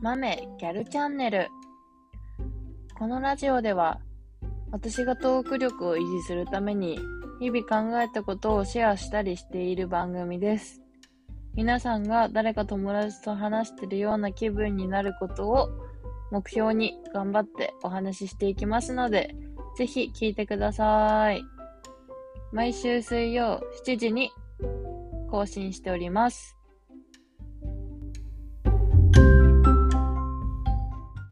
豆ギャルチャンネル。このラジオでは私がトーク力を維持するために日々考えたことをシェアしたりしている番組です。皆さんが誰か友達と話しているような気分になることを目標に頑張ってお話ししていきますので、ぜひ聞いてください。毎週水曜7時に更新しております。